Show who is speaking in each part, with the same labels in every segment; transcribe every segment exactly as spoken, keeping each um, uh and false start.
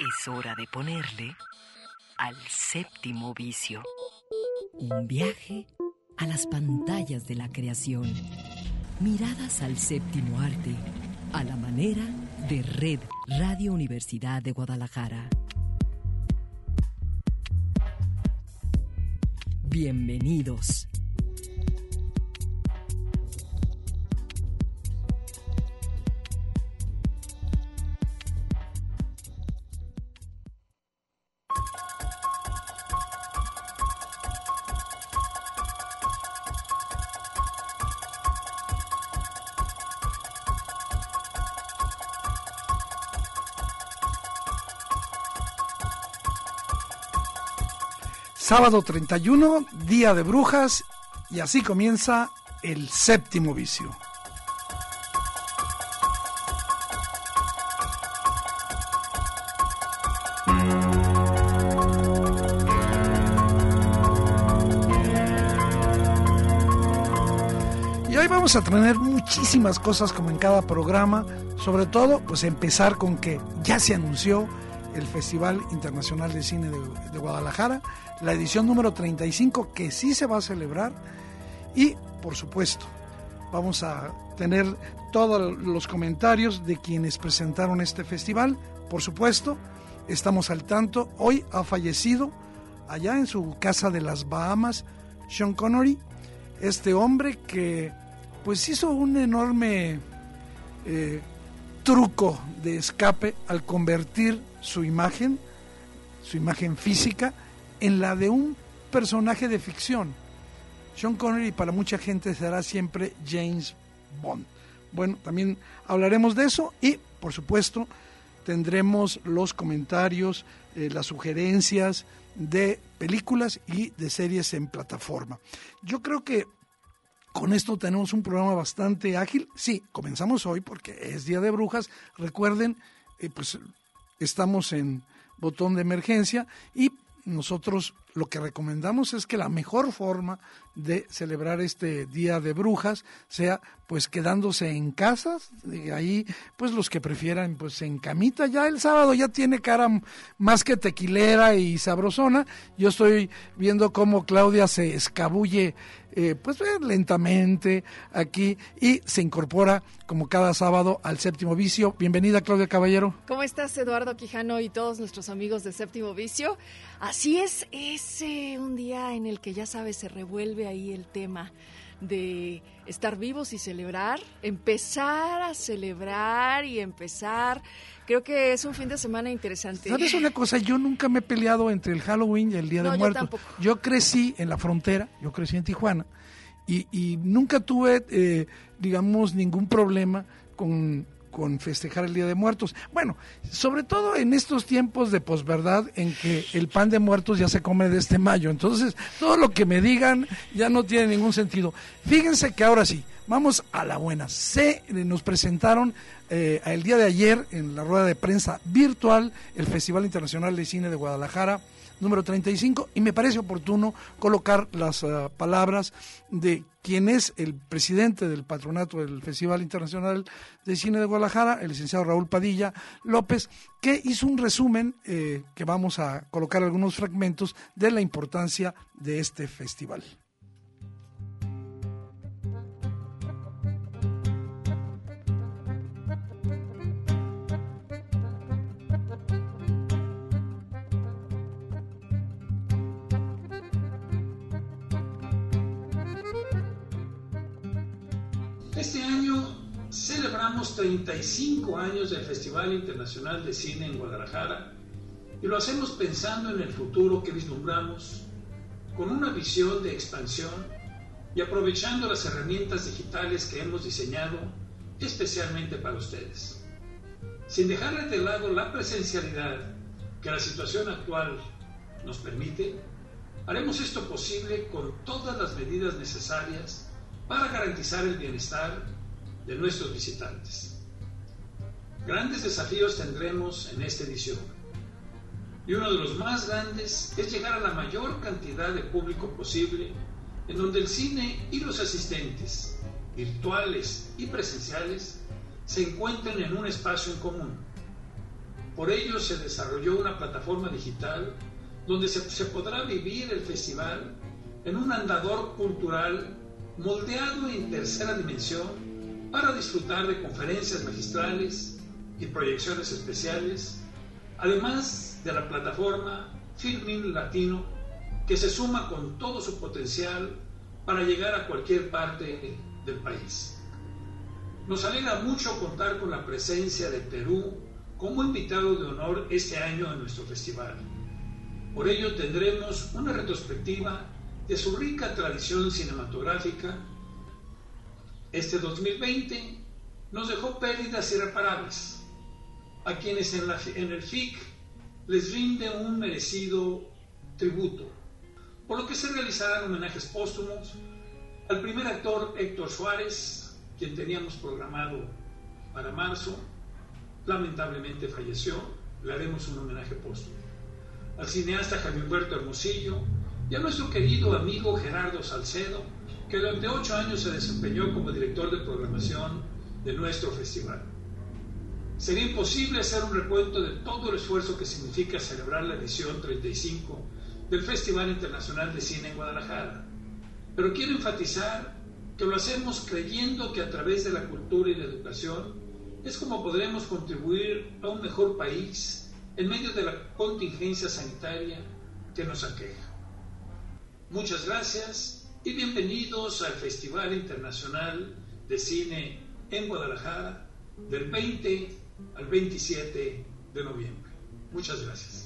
Speaker 1: Es hora de ponerle al séptimo vicio.
Speaker 2: Un viaje a las pantallas de la creación. Miradas al séptimo arte, a la manera de Red Radio Universidad de Guadalajara. Bienvenidos.
Speaker 3: Sábado treinta y uno, Día de Brujas, y así comienza el séptimo vicio. Y hoy vamos a tener muchísimas cosas como en cada programa, sobre todo pues empezar con que ya se anunció el Festival Internacional de Cine de, de Guadalajara, la edición número treinta y cinco, que sí se va a celebrar, y por supuesto vamos a tener todos los comentarios de quienes presentaron este festival. Por supuesto, estamos al tanto, hoy ha fallecido allá en su casa de las Bahamas Sean Connery, este hombre que pues hizo un enorme eh, truco de escape al convertir su imagen, su imagen física, en la de un personaje de ficción. Sean Connery para mucha gente será siempre James Bond. Bueno, también hablaremos de eso y, por supuesto, tendremos los comentarios, eh, las sugerencias de películas y de series en plataforma. Yo creo que con esto tenemos un programa bastante ágil. Sí, comenzamos hoy porque es Día de Brujas. Recuerden, eh, pues estamos en botón de emergencia y nosotros lo que recomendamos es que la mejor forma de celebrar este Día de Brujas sea pues quedándose en casas, de ahí pues los que prefieran pues en camita. Ya el sábado ya tiene cara más que tequilera y sabrosona. Yo estoy viendo cómo Claudia se escabulle Eh, pues eh, lentamente aquí y se incorpora como cada sábado al Séptimo Vicio. Bienvenida, Claudia Caballero.
Speaker 4: ¿Cómo estás, Eduardo Quijano y todos nuestros amigos de Séptimo Vicio? Así es, es eh, un día en el que ya sabes, se revuelve ahí el tema de estar vivos y celebrar, empezar a celebrar y empezar. Creo que es un fin de semana interesante.
Speaker 3: ¿Sabes una cosa? Yo nunca me he peleado entre el Halloween y el Día
Speaker 4: no,
Speaker 3: de Muertos.
Speaker 4: Yo,
Speaker 3: yo crecí en la frontera, yo crecí en Tijuana y, y nunca tuve, eh, digamos, ningún problema con, con festejar el Día de Muertos. Bueno, sobre todo en estos tiempos de posverdad en que el pan de muertos ya se come de este mayo. Entonces, todo lo que me digan ya no tiene ningún sentido. Fíjense que ahora sí, vamos a la buena. Se nos presentaron eh, el día de ayer en la rueda de prensa virtual el Festival Internacional de Cine de Guadalajara número treinta y cinco, y me parece oportuno colocar las uh, palabras de quien es el presidente del patronato del Festival Internacional de Cine de Guadalajara, el licenciado Raúl Padilla López, que hizo un resumen eh, que vamos a colocar algunos fragmentos de la importancia de este festival.
Speaker 5: Este año celebramos treinta y cinco años del Festival Internacional de Cine en Guadalajara y lo hacemos pensando en el futuro que vislumbramos con una visión de expansión y aprovechando las herramientas digitales que hemos diseñado especialmente para ustedes. Sin dejarles de lado la presencialidad que la situación actual nos permite, haremos esto posible con todas las medidas necesarias para garantizar el bienestar de nuestros visitantes. Grandes desafíos tendremos en esta edición, y uno de los más grandes es llegar a la mayor cantidad de público posible, en donde el cine y los asistentes, virtuales y presenciales, se encuentren en un espacio en común. Por ello se desarrolló una plataforma digital donde se, se podrá vivir el festival en un andador cultural moldeado en tercera dimensión para disfrutar de conferencias magistrales y proyecciones especiales, además de la plataforma Filmin Latino, que se suma con todo su potencial para llegar a cualquier parte del país. Nos alegra mucho contar con la presencia de Perú como invitado de honor este año en nuestro festival. Por ello tendremos una retrospectiva de su rica tradición cinematográfica. Este dos mil veinte nos dejó pérdidas irreparables, a quienes en, la, en el F I C les rinde un merecido tributo, por lo que se realizarán homenajes póstumos al primer actor Héctor Suárez, quien teníamos programado para marzo, lamentablemente falleció, le haremos un homenaje póstumo, al cineasta Jaime Humberto Hermosillo y a nuestro querido amigo Gerardo Salcedo, que durante ocho años se desempeñó como director de programación de nuestro festival. Sería imposible hacer un recuento de todo el esfuerzo que significa celebrar la edición treinta y cinco del Festival Internacional de Cine en Guadalajara, pero quiero enfatizar que lo hacemos creyendo que a través de la cultura y la educación es como podremos contribuir a un mejor país en medio de la contingencia sanitaria que nos aqueja. Muchas gracias y bienvenidos al Festival Internacional de Cine en Guadalajara del veinte al veintisiete de noviembre. Muchas gracias.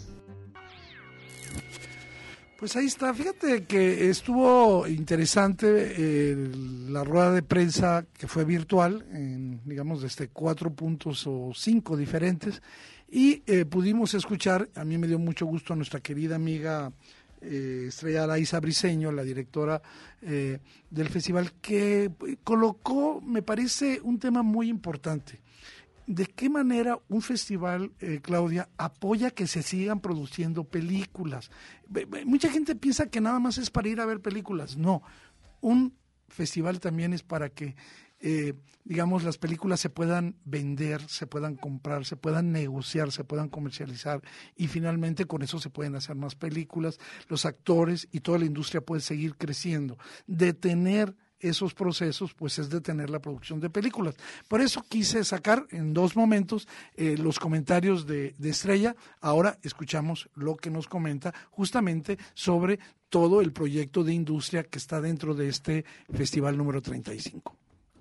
Speaker 3: Pues ahí está, fíjate que estuvo interesante eh, la rueda de prensa que fue virtual, en, digamos desde cuatro puntos o cinco diferentes, y eh, pudimos escuchar, a mí me dio mucho gusto a nuestra querida amiga eh, Estrella Araiza Briceño, la directora eh, del festival, que colocó, me parece, un tema muy importante. ¿De qué manera un festival, eh, Claudia, apoya que se sigan produciendo películas? Mucha gente piensa que nada más es para ir a ver películas. No, un festival también es para que, eh, digamos, las películas se puedan vender, se puedan comprar, se puedan negociar, se puedan comercializar y finalmente con eso se pueden hacer más películas. Los actores y toda la industria puede seguir creciendo. Detener esos procesos, pues es detener la producción de películas. Por eso quise sacar en dos momentos eh, los comentarios de, de Estrella. Ahora escuchamos lo que nos comenta justamente sobre todo el proyecto de industria que está dentro de este festival número treinta y cinco.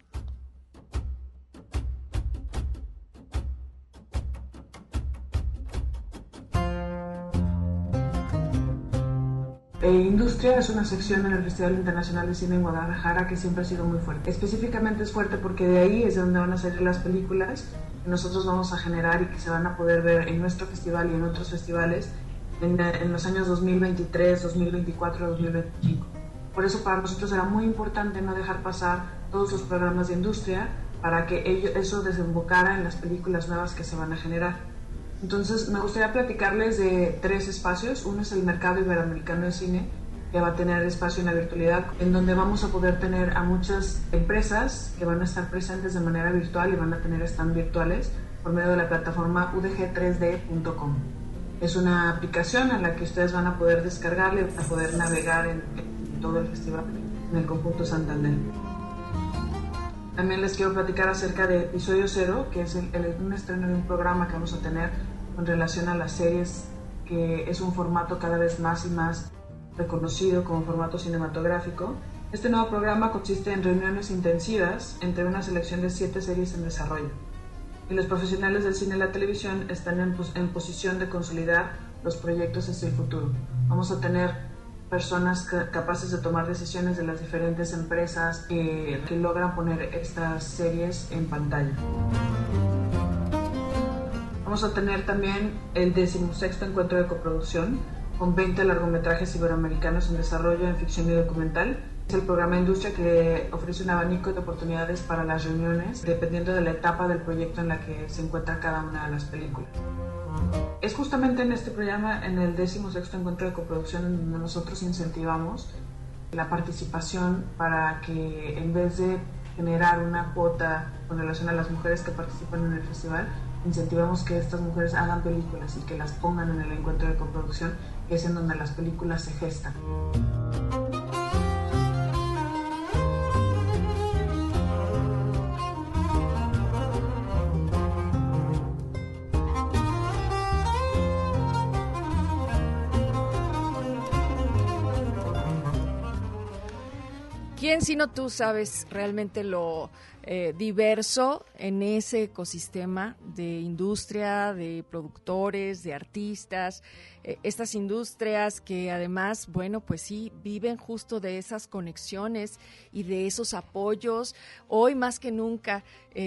Speaker 6: Eh, Industria es una sección en el Festival Internacional de Cine en Guadalajara que siempre ha sido muy fuerte. Específicamente es fuerte porque de ahí es de donde van a salir las películas que nosotros vamos a generar y que se van a poder ver en nuestro festival y en otros festivales en, en los años dos mil veintitrés, dos mil veinticuatro, dos mil veinticinco. Por eso para nosotros era muy importante no dejar pasar todos los programas de industria para que ello, eso desembocara en las películas nuevas que se van a generar. Entonces me gustaría platicarles de tres espacios. Uno es el Mercado Iberoamericano de Cine, que va a tener espacio en la virtualidad, en donde vamos a poder tener a muchas empresas que van a estar presentes de manera virtual y van a tener stand virtuales por medio de la plataforma u d g tres d punto com. Es una aplicación en la que ustedes van a poder descargarle para poder navegar en, en todo el festival, en el conjunto Santander. También les quiero platicar acerca de Episodio Cero, que es el, el, un estreno de un programa que vamos a tener con relación a las series, que es un formato cada vez más y más reconocido como formato cinematográfico. Este nuevo programa consiste en reuniones intensivas entre una selección de siete series en desarrollo. Y los profesionales del cine y la televisión están en, en posición de consolidar los proyectos hacia el futuro. Vamos a tener personas capaces de tomar decisiones de las diferentes empresas que, que logran poner estas series en pantalla. Vamos a tener también el decimosexto encuentro de coproducción con veinte largometrajes iberoamericanos en desarrollo en ficción y documental. Es el programa Industria que ofrece un abanico de oportunidades para las reuniones dependiendo de la etapa del proyecto en la que se encuentra cada una de las películas. Es justamente en este programa, en el decimosexto encuentro de coproducción, en donde nosotros incentivamos la participación para que en vez de generar una cuota con relación a las mujeres que participan en el festival, incentivamos que estas mujeres hagan películas y que las pongan en el encuentro de coproducción, que es en donde las películas se gestan.
Speaker 4: ¿Quién sino tú sabes realmente lo eh, diverso en ese ecosistema de industria, de productores, de artistas, eh, estas industrias que además, bueno, pues sí, viven justo de esas conexiones y de esos apoyos, hoy más que nunca,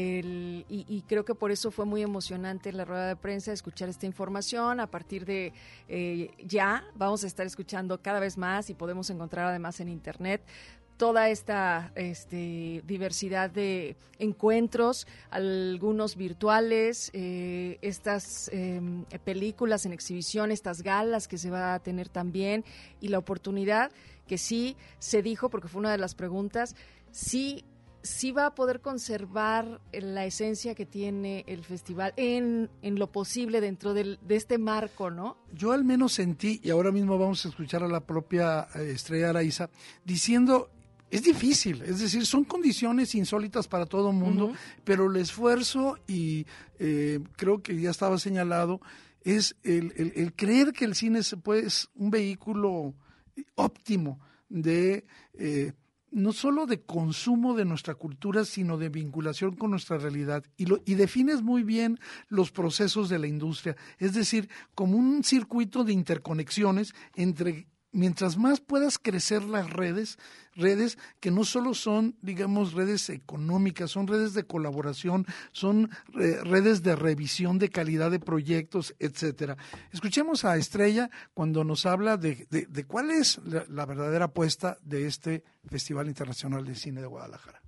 Speaker 4: el, y, y creo que por eso fue muy emocionante la rueda de prensa, escuchar esta información. A partir de eh, ya vamos a estar escuchando cada vez más y podemos encontrar además en internet toda esta este, diversidad de encuentros, algunos virtuales, eh, estas eh, películas en exhibición, estas galas que se va a tener también, y la oportunidad que sí se dijo, porque fue una de las preguntas, sí, sí va a poder conservar la esencia que tiene el festival en, en lo posible dentro del, de este marco, ¿no?
Speaker 3: Yo al menos sentí, y ahora mismo vamos a escuchar a la propia eh, Estrella Araiza, diciendo... Es difícil, es decir, son condiciones insólitas para todo el mundo, uh-huh. pero el esfuerzo, y eh, creo que ya estaba señalado, es el, el, el creer que el cine es pues, un vehículo óptimo de eh, no solo de consumo de nuestra cultura, sino de vinculación con nuestra realidad. Y, lo, y defines muy bien los procesos de la industria, es decir, como un circuito de interconexiones entre... Mientras más puedas crecer las redes, redes que no solo son, digamos, redes económicas, son redes de colaboración, son eh, redes de revisión de calidad de proyectos, etcétera. Escuchemos a Estrella cuando nos habla de, de, de cuál es la, la verdadera apuesta de este Festival Internacional de Cine de Guadalajara.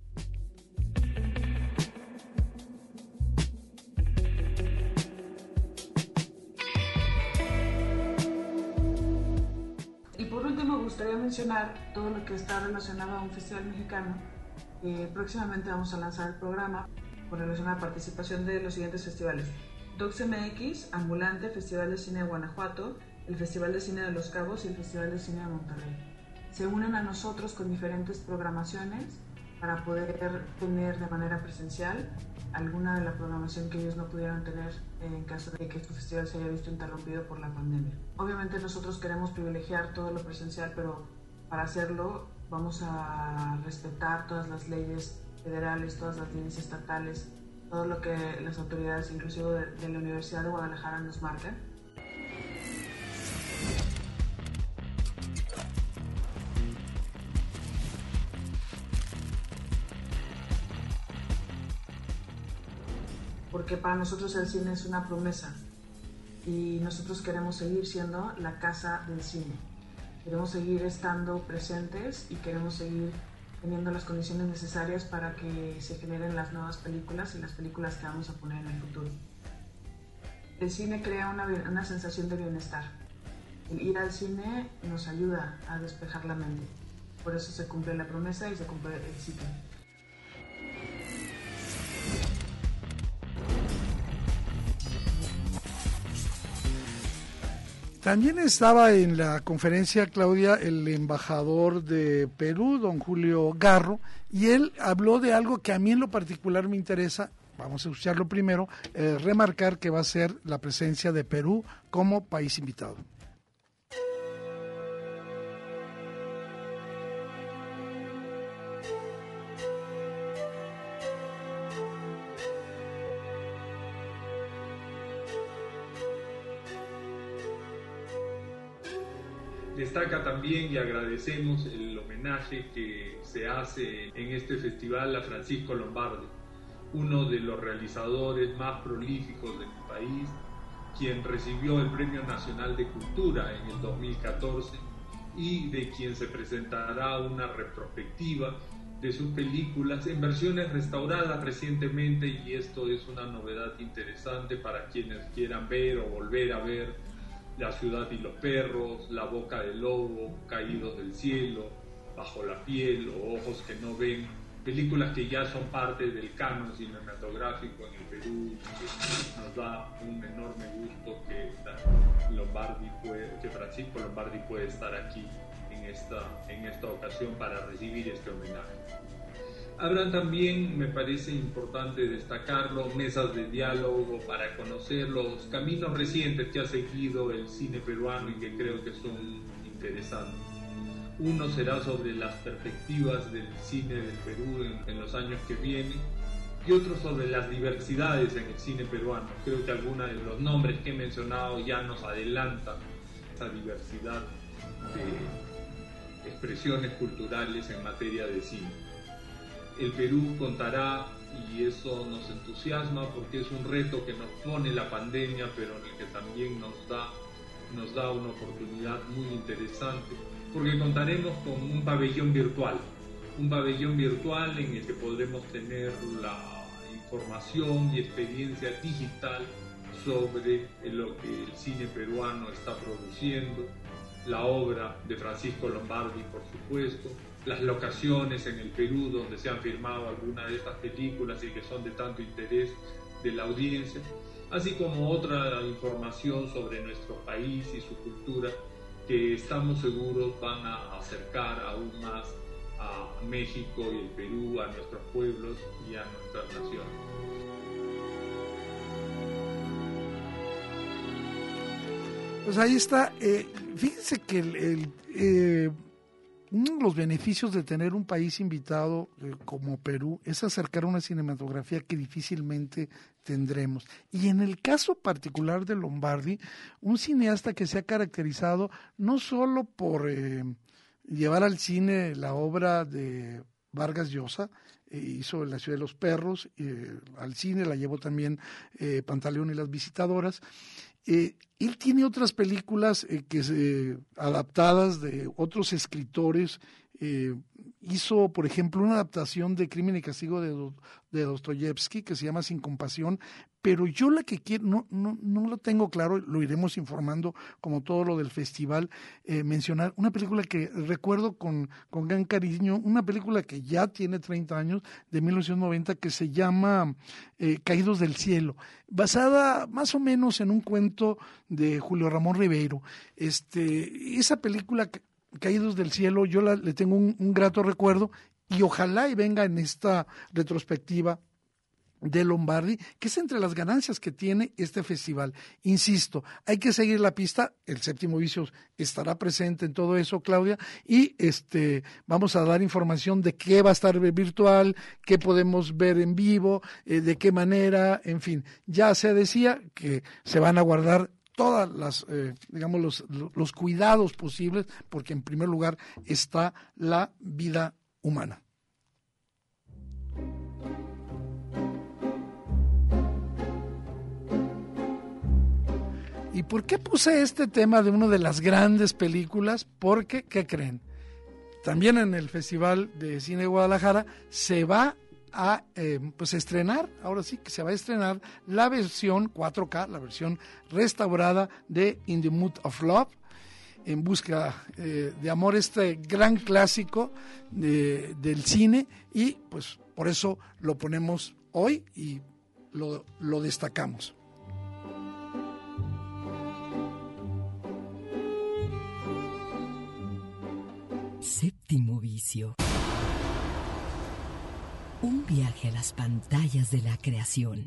Speaker 6: Me gustaría mencionar todo lo que está relacionado a un festival mexicano. Eh, próximamente vamos a lanzar el programa con relación a la participación de los siguientes festivales: Docs M X, Ambulante, Festival de Cine de Guanajuato, el Festival de Cine de Los Cabos y el Festival de Cine de Monterrey. Se unen a nosotros con diferentes programaciones para poder tener de manera presencial alguna de la programación que ellos no pudieron tener en caso de que este festival se haya visto interrumpido por la pandemia. Obviamente nosotros queremos privilegiar todo lo presencial, pero para hacerlo vamos a respetar todas las leyes federales, todas las leyes estatales, todo lo que las autoridades, inclusive de, de la Universidad de Guadalajara, nos marcan. Porque para nosotros el cine es una promesa y nosotros queremos seguir siendo la casa del cine. Queremos seguir estando presentes y queremos seguir teniendo las condiciones necesarias para que se generen las nuevas películas y las películas que vamos a poner en el futuro. El cine crea una, una sensación de bienestar. El ir al cine nos ayuda a despejar la mente. Por eso se cumple la promesa y se cumple el ciclo.
Speaker 3: También estaba en la conferencia, Claudia, el embajador de Perú, don Julio Garro, y él habló de algo que a mí en lo particular me interesa. Vamos a escucharlo primero, eh, remarcar que va a ser la presencia de Perú como país invitado.
Speaker 7: Destaca también y agradecemos el homenaje que se hace en este festival a Francisco Lombardi, uno de los realizadores más prolíficos de mi país, quien recibió el Premio Nacional de Cultura en el dos mil catorce y de quien se presentará una retrospectiva de sus películas en versiones restauradas recientemente, y esto es una novedad interesante para quienes quieran ver o volver a ver La ciudad y los perros, La boca del lobo, Caídos del cielo, Bajo la piel o Ojos que no ven, películas que ya son parte del canon cinematográfico en el Perú. Nos da un enorme gusto que Lombardi puede, que Francisco Lombardi puede estar aquí en esta, en esta ocasión para recibir este homenaje. Habrá también, me parece importante destacarlo, mesas de diálogo para conocer los caminos recientes que ha seguido el cine peruano y que creo que son interesantes. Uno será sobre las perspectivas del cine del Perú en, en los años que vienen, y otro sobre las diversidades en el cine peruano. Creo que algunos de los nombres que he mencionado ya nos adelantan esa diversidad de expresiones culturales en materia de cine. El Perú contará, y eso nos entusiasma porque es un reto que nos pone la pandemia, pero en el que también nos da, nos da una oportunidad muy interesante, porque contaremos con un pabellón virtual, un pabellón virtual en el que podremos tener la información y experiencia digital sobre lo que el cine peruano está produciendo, la obra de Francisco Lombardi, por supuesto, las locaciones en el Perú donde se han filmado algunas de estas películas y que son de tanto interés de la audiencia, así como otra información sobre nuestro país y su cultura que estamos seguros van a acercar aún más a México y el Perú, a nuestros pueblos y a nuestras naciones.
Speaker 3: Pues ahí está. Eh, fíjense que el, el, eh, uno de los beneficios de tener un país invitado eh, como Perú es acercar una cinematografía que difícilmente tendremos. Y en el caso particular de Lombardi, un cineasta que se ha caracterizado no solo por eh, llevar al cine la obra de Vargas Llosa, eh, hizo La ciudad de los perros, eh, al cine la llevó también eh, Pantaleón y las visitadoras. Eh, él tiene otras películas eh, que eh, adaptadas de otros escritores. Eh, hizo, por ejemplo, una adaptación de Crimen y Castigo de, de Dostoyevsky que se llama Sin compasión, pero yo la que quiero, no, no, no lo tengo claro, lo iremos informando como todo lo del festival, eh, mencionar una película que recuerdo con, con gran cariño, una película que ya tiene treinta años, de mil novecientos noventa, que se llama eh, Caídos del cielo, basada más o menos en un cuento de Julio Ramón Ribeiro. Este, esa película Caídos del cielo, yo la, le tengo un, un grato recuerdo, y ojalá y venga en esta retrospectiva de Lombardi, que es entre las ganancias que tiene este festival. Insisto, hay que seguir la pista, el Séptimo Vicio estará presente en todo eso, Claudia, y este vamos a dar información de qué va a estar virtual, qué podemos ver en vivo, eh, de qué manera, en fin. Ya se decía que se van a guardar todas las, eh, digamos, los, los cuidados posibles, porque en primer lugar está la vida humana. ¿Y por qué puse este tema de una de las grandes películas? Porque, ¿qué creen? También en el Festival de Cine de Guadalajara se va a eh, pues estrenar, ahora sí que se va a estrenar la versión cuatro K, la versión restaurada de In the Mood of Love, en busca eh, de amor, este gran clásico de, del cine, y pues por eso lo ponemos hoy y lo, lo destacamos.
Speaker 2: Séptimo Vicio. Un viaje a las pantallas de la creación.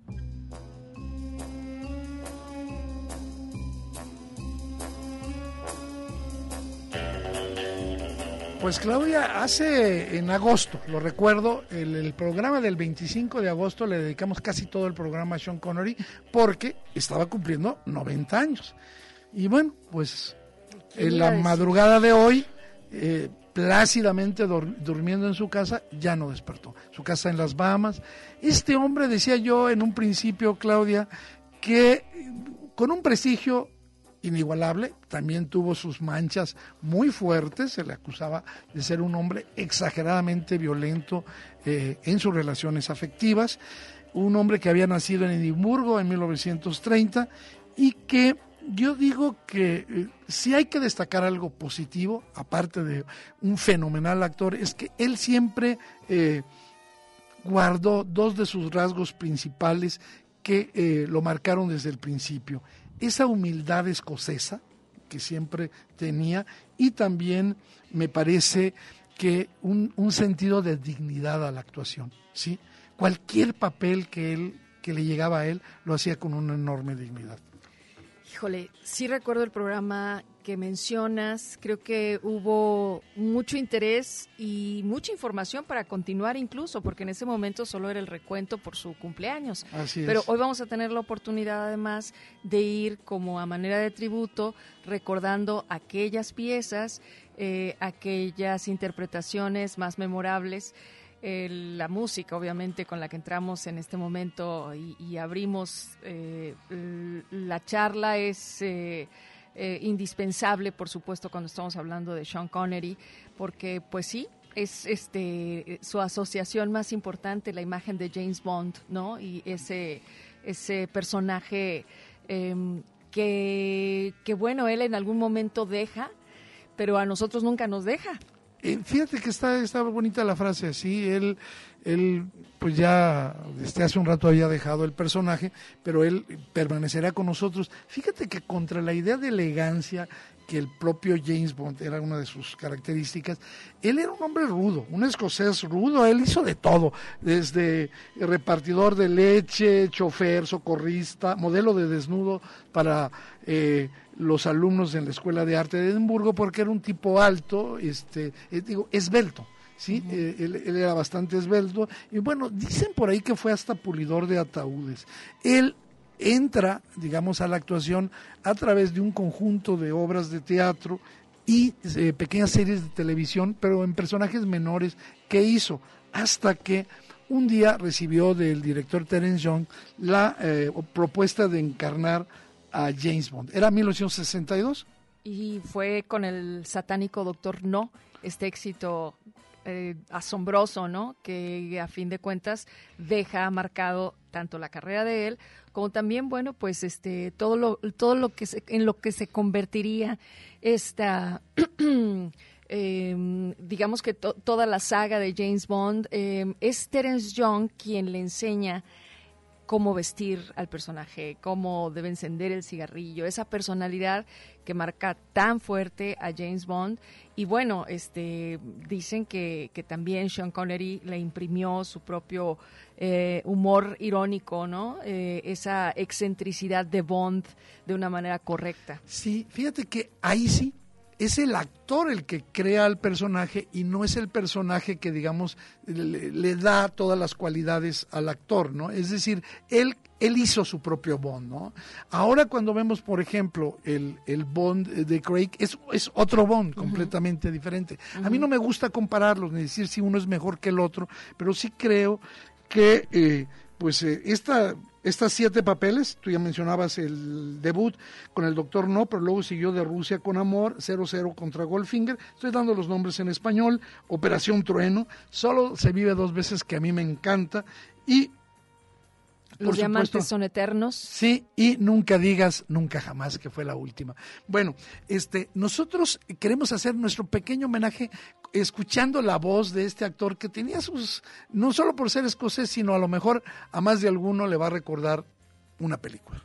Speaker 3: Pues Claudia, hace en agosto, lo recuerdo, el, el programa del veinticinco de agosto le dedicamos casi todo el programa a Sean Connery porque estaba cumpliendo noventa años. Y bueno, pues en la madrugada de hoy, eh, plácidamente dur- durmiendo en su casa, ya no despertó. Su casa en las Bahamas. Este hombre, decía yo en un principio, Claudia, que con un prestigio inigualable, también tuvo sus manchas muy fuertes, se le acusaba de ser un hombre exageradamente violento eh, en sus relaciones afectivas, un hombre que había nacido en Edimburgo en mil novecientos treinta y que yo digo que eh, si hay que destacar algo positivo, aparte de un fenomenal actor, es que él siempre eh, guardó dos de sus rasgos principales que eh, lo marcaron desde el principio. Esa humildad escocesa que siempre tenía, y también me parece que un, un sentido de dignidad a la actuación, ¿sí? Cualquier papel que él que le llegaba a él lo hacía con una enorme dignidad.
Speaker 4: Híjole, sí recuerdo el programa que mencionas, creo que hubo mucho interés y mucha información para continuar incluso, porque en ese momento solo era el recuento por su cumpleaños.
Speaker 3: Así es.
Speaker 4: Pero hoy vamos a tener la oportunidad además de ir como a manera de tributo, recordando aquellas piezas, eh, aquellas interpretaciones más memorables, eh, la música obviamente con la que entramos en este momento y, y abrimos eh, la charla es... Eh, Eh, indispensable, por supuesto, cuando estamos hablando de Sean Connery, porque pues sí, es este su asociación más importante, la imagen de James Bond, ¿no? Y ese ese personaje eh, que, que bueno, él en algún momento deja, pero a nosotros nunca nos deja.
Speaker 3: Eh, fíjate que está, está bonita la frase, sí, él, él pues ya desde hace un rato había dejado el personaje, pero él permanecerá con nosotros. Fíjate que contra la idea de elegancia que el propio James Bond era una de sus características, él era un hombre rudo, un escocés rudo, él hizo de todo, desde repartidor de leche, chofer, socorrista, modelo de desnudo para eh, los alumnos en la Escuela de Arte de Edimburgo, porque era un tipo alto, este, eh, digo, esbelto. Sí, uh-huh. eh, él, él era bastante esbelto, y bueno, dicen por ahí que fue hasta pulidor de ataúdes. Él entra, digamos, a la actuación a través de un conjunto de obras de teatro y eh, pequeñas series de televisión, pero en personajes menores que hizo, hasta que un día recibió del director Terence Young la eh, propuesta de encarnar a James Bond. Era mil novecientos sesenta y dos.
Speaker 4: Y fue con el satánico Doctor No, este éxito eh, asombroso, ¿no? Que a fin de cuentas deja marcado tanto la carrera de él como también, bueno, pues este todo lo todo lo que se, en lo que se convertiría esta eh, digamos que to, toda la saga de James Bond. Eh, es Terence Young quien le enseña cómo vestir al personaje, cómo debe encender el cigarrillo, esa personalidad que marca tan fuerte a James Bond. Y bueno, este dicen que, que también Sean Connery le imprimió su propio eh, humor irónico, ¿no? Eh, esa excentricidad de Bond de una manera correcta.
Speaker 3: Sí, fíjate que ahí sí es el actor el que crea al personaje y no es el personaje que, digamos, le, le da todas las cualidades al actor, ¿no? Es decir, él, él hizo su propio Bond, ¿no? Ahora cuando vemos, por ejemplo, el, el Bond de Craig, es, es otro Bond completamente uh-huh. diferente. Uh-huh. A mí no me gusta compararlos, ni decir si uno es mejor que el otro, pero sí creo que, eh, pues, eh, esta... Estas siete papeles, tú ya mencionabas el debut con el Doctor No, pero luego siguió De Rusia con Amor, cero cero contra Goldfinger, estoy dando los nombres en español, Operación Trueno, Solo se vive dos veces, que a mí me encanta, y...
Speaker 4: Los diamantes son eternos.
Speaker 3: Sí, y Nunca digas nunca jamás, que fue la última. Bueno, este, nosotros queremos hacer nuestro pequeño homenaje escuchando la voz de este actor que tenía sus, no solo por ser escocés, sino a lo mejor a más de alguno le va a recordar una película.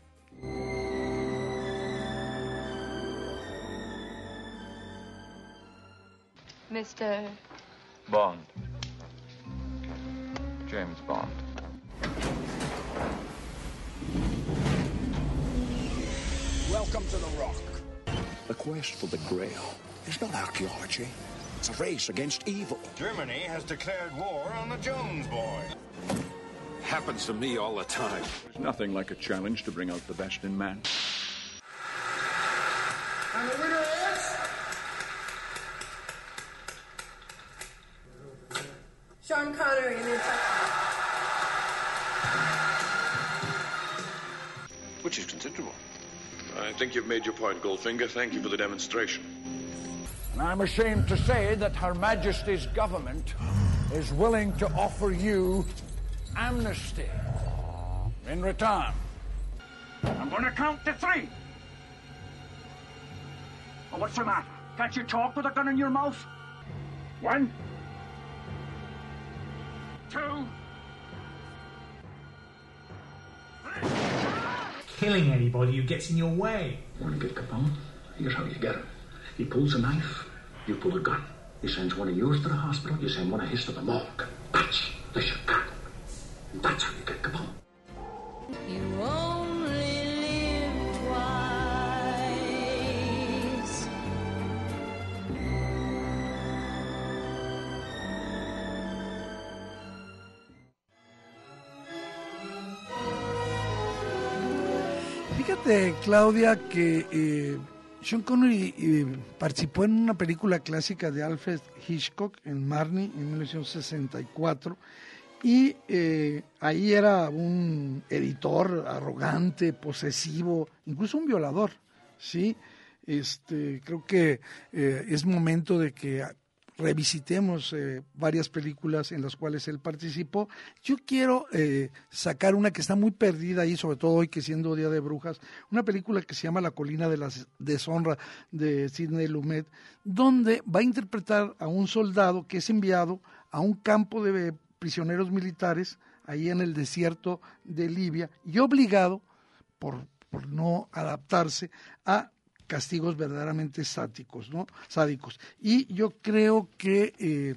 Speaker 8: mister
Speaker 9: Bond. James Bond.
Speaker 10: Welcome to the Rock. The quest for the Grail is not archaeology. It's a race against evil.
Speaker 11: Germany has declared war on the Jones boy.
Speaker 12: Happens to me all the time.
Speaker 13: There's nothing like a challenge to bring out the best in man.
Speaker 10: And the winner is...
Speaker 8: Sean Connery in the attack.
Speaker 12: Which is considerable. I think you've made your point, Goldfinger. Thank you for the demonstration.
Speaker 14: And I'm ashamed to say that Her Majesty's government is willing to offer you amnesty in return.
Speaker 15: I'm going to count to three. what's the matter? Can't you talk with a gun in your mouth? One. Two.
Speaker 16: Killing anybody who gets in your way.
Speaker 10: Want to get Capone? Here's how you get him. He pulls a knife, you pull a gun. He sends one of yours to the hospital, you send one of his to the morgue. That's the Chicago. That's how you get Capone.
Speaker 17: You only live twice.
Speaker 3: Fíjate, Claudia, que eh, Sean Connery eh, participó en una película clásica de Alfred Hitchcock, en Marnie, en mil novecientos sesenta y cuatro, y eh, ahí era un editor arrogante, posesivo, incluso un violador, ¿sí? Este, creo que eh, es momento de que revisitemos eh, varias películas en las cuales él participó. Yo quiero eh, sacar una que está muy perdida ahí, sobre todo hoy que siendo Día de Brujas, una película que se llama La colina de la deshonra de Sidney Lumet, donde va a interpretar a un soldado que es enviado a un campo de prisioneros militares ahí en el desierto de Libia y obligado por, por no adaptarse a castigos verdaderamente sádicos, ¿no? Sádicos. Y yo creo que eh,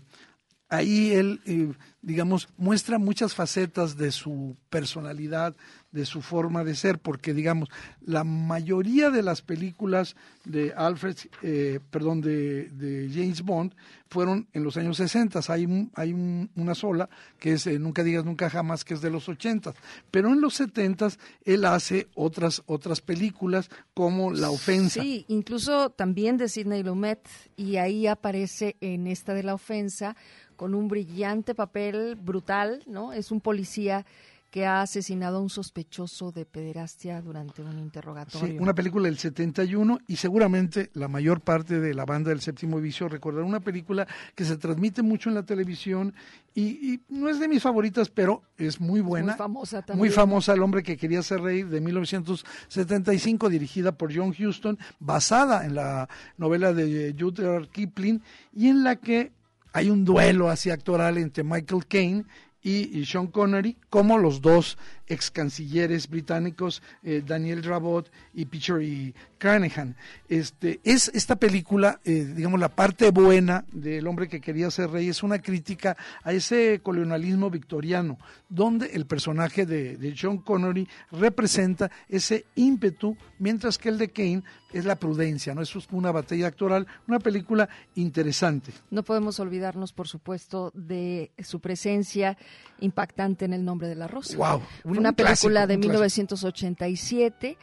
Speaker 3: ahí él, eh, digamos, muestra muchas facetas de su personalidad, de su forma de ser, porque, digamos, la mayoría de las películas de Alfred, eh, perdón, de, de James Bond fueron en los años sesenta. Hay, un, hay un, una sola, que es eh, Nunca digas nunca jamás, que es de los ochenta. Pero en los setenta él hace otras, otras películas como La ofensa.
Speaker 4: Sí, incluso también de Sidney Lumet, y ahí aparece en esta de La ofensa con un brillante papel brutal, ¿no? Es un policía que ha asesinado a un sospechoso de pederastia durante un interrogatorio.
Speaker 3: Sí, una película del setenta y uno, y seguramente la mayor parte de la banda del Séptimo Vicio recordará una película que se transmite mucho en la televisión y, y no es de mis favoritas, pero es muy buena.
Speaker 4: Muy famosa también.
Speaker 3: Muy famosa, El hombre que quería hacer reír, de mil novecientos setenta y cinco, dirigida por John Huston, basada en la novela de Rudyard Kipling, y en la que hay un duelo así actoral entre Michael Caine y, y Sean Connery, como los dos ex cancilleres británicos, eh, Daniel Rabot y Peter y Carnahan. Este, es esta película, eh, digamos, la parte buena del hombre que quería ser rey, es una crítica a ese colonialismo victoriano, donde el personaje de, de Sean Connery representa ese ímpetu, mientras que el de Caine es la prudencia, ¿no? Eso es una batalla actoral, una película interesante.
Speaker 4: No podemos olvidarnos, por supuesto, de su presencia impactante en El nombre de la rosa.
Speaker 3: Wow,
Speaker 4: un, una un película clásico, de mil novecientos ochenta y siete.